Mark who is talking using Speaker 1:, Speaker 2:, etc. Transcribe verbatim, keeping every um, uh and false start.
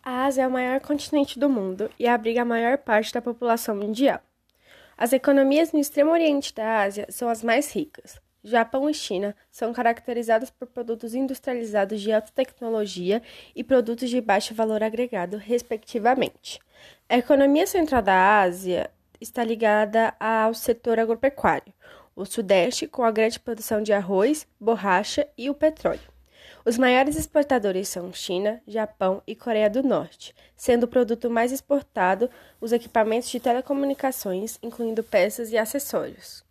Speaker 1: A Ásia é o maior continente do mundo e abriga a maior parte da população mundial. As economias no extremo oriente da Ásia são as mais ricas. Japão e China são caracterizados por produtos industrializados de alta tecnologia e produtos de baixo valor agregado, respectivamente. A economia central da Ásia está ligada ao setor agropecuário, o Sudeste com a grande produção de arroz, borracha e o petróleo. Os maiores exportadores são China, Japão e Coreia do Norte, sendo o produto mais exportado os equipamentos de telecomunicações, incluindo peças e acessórios.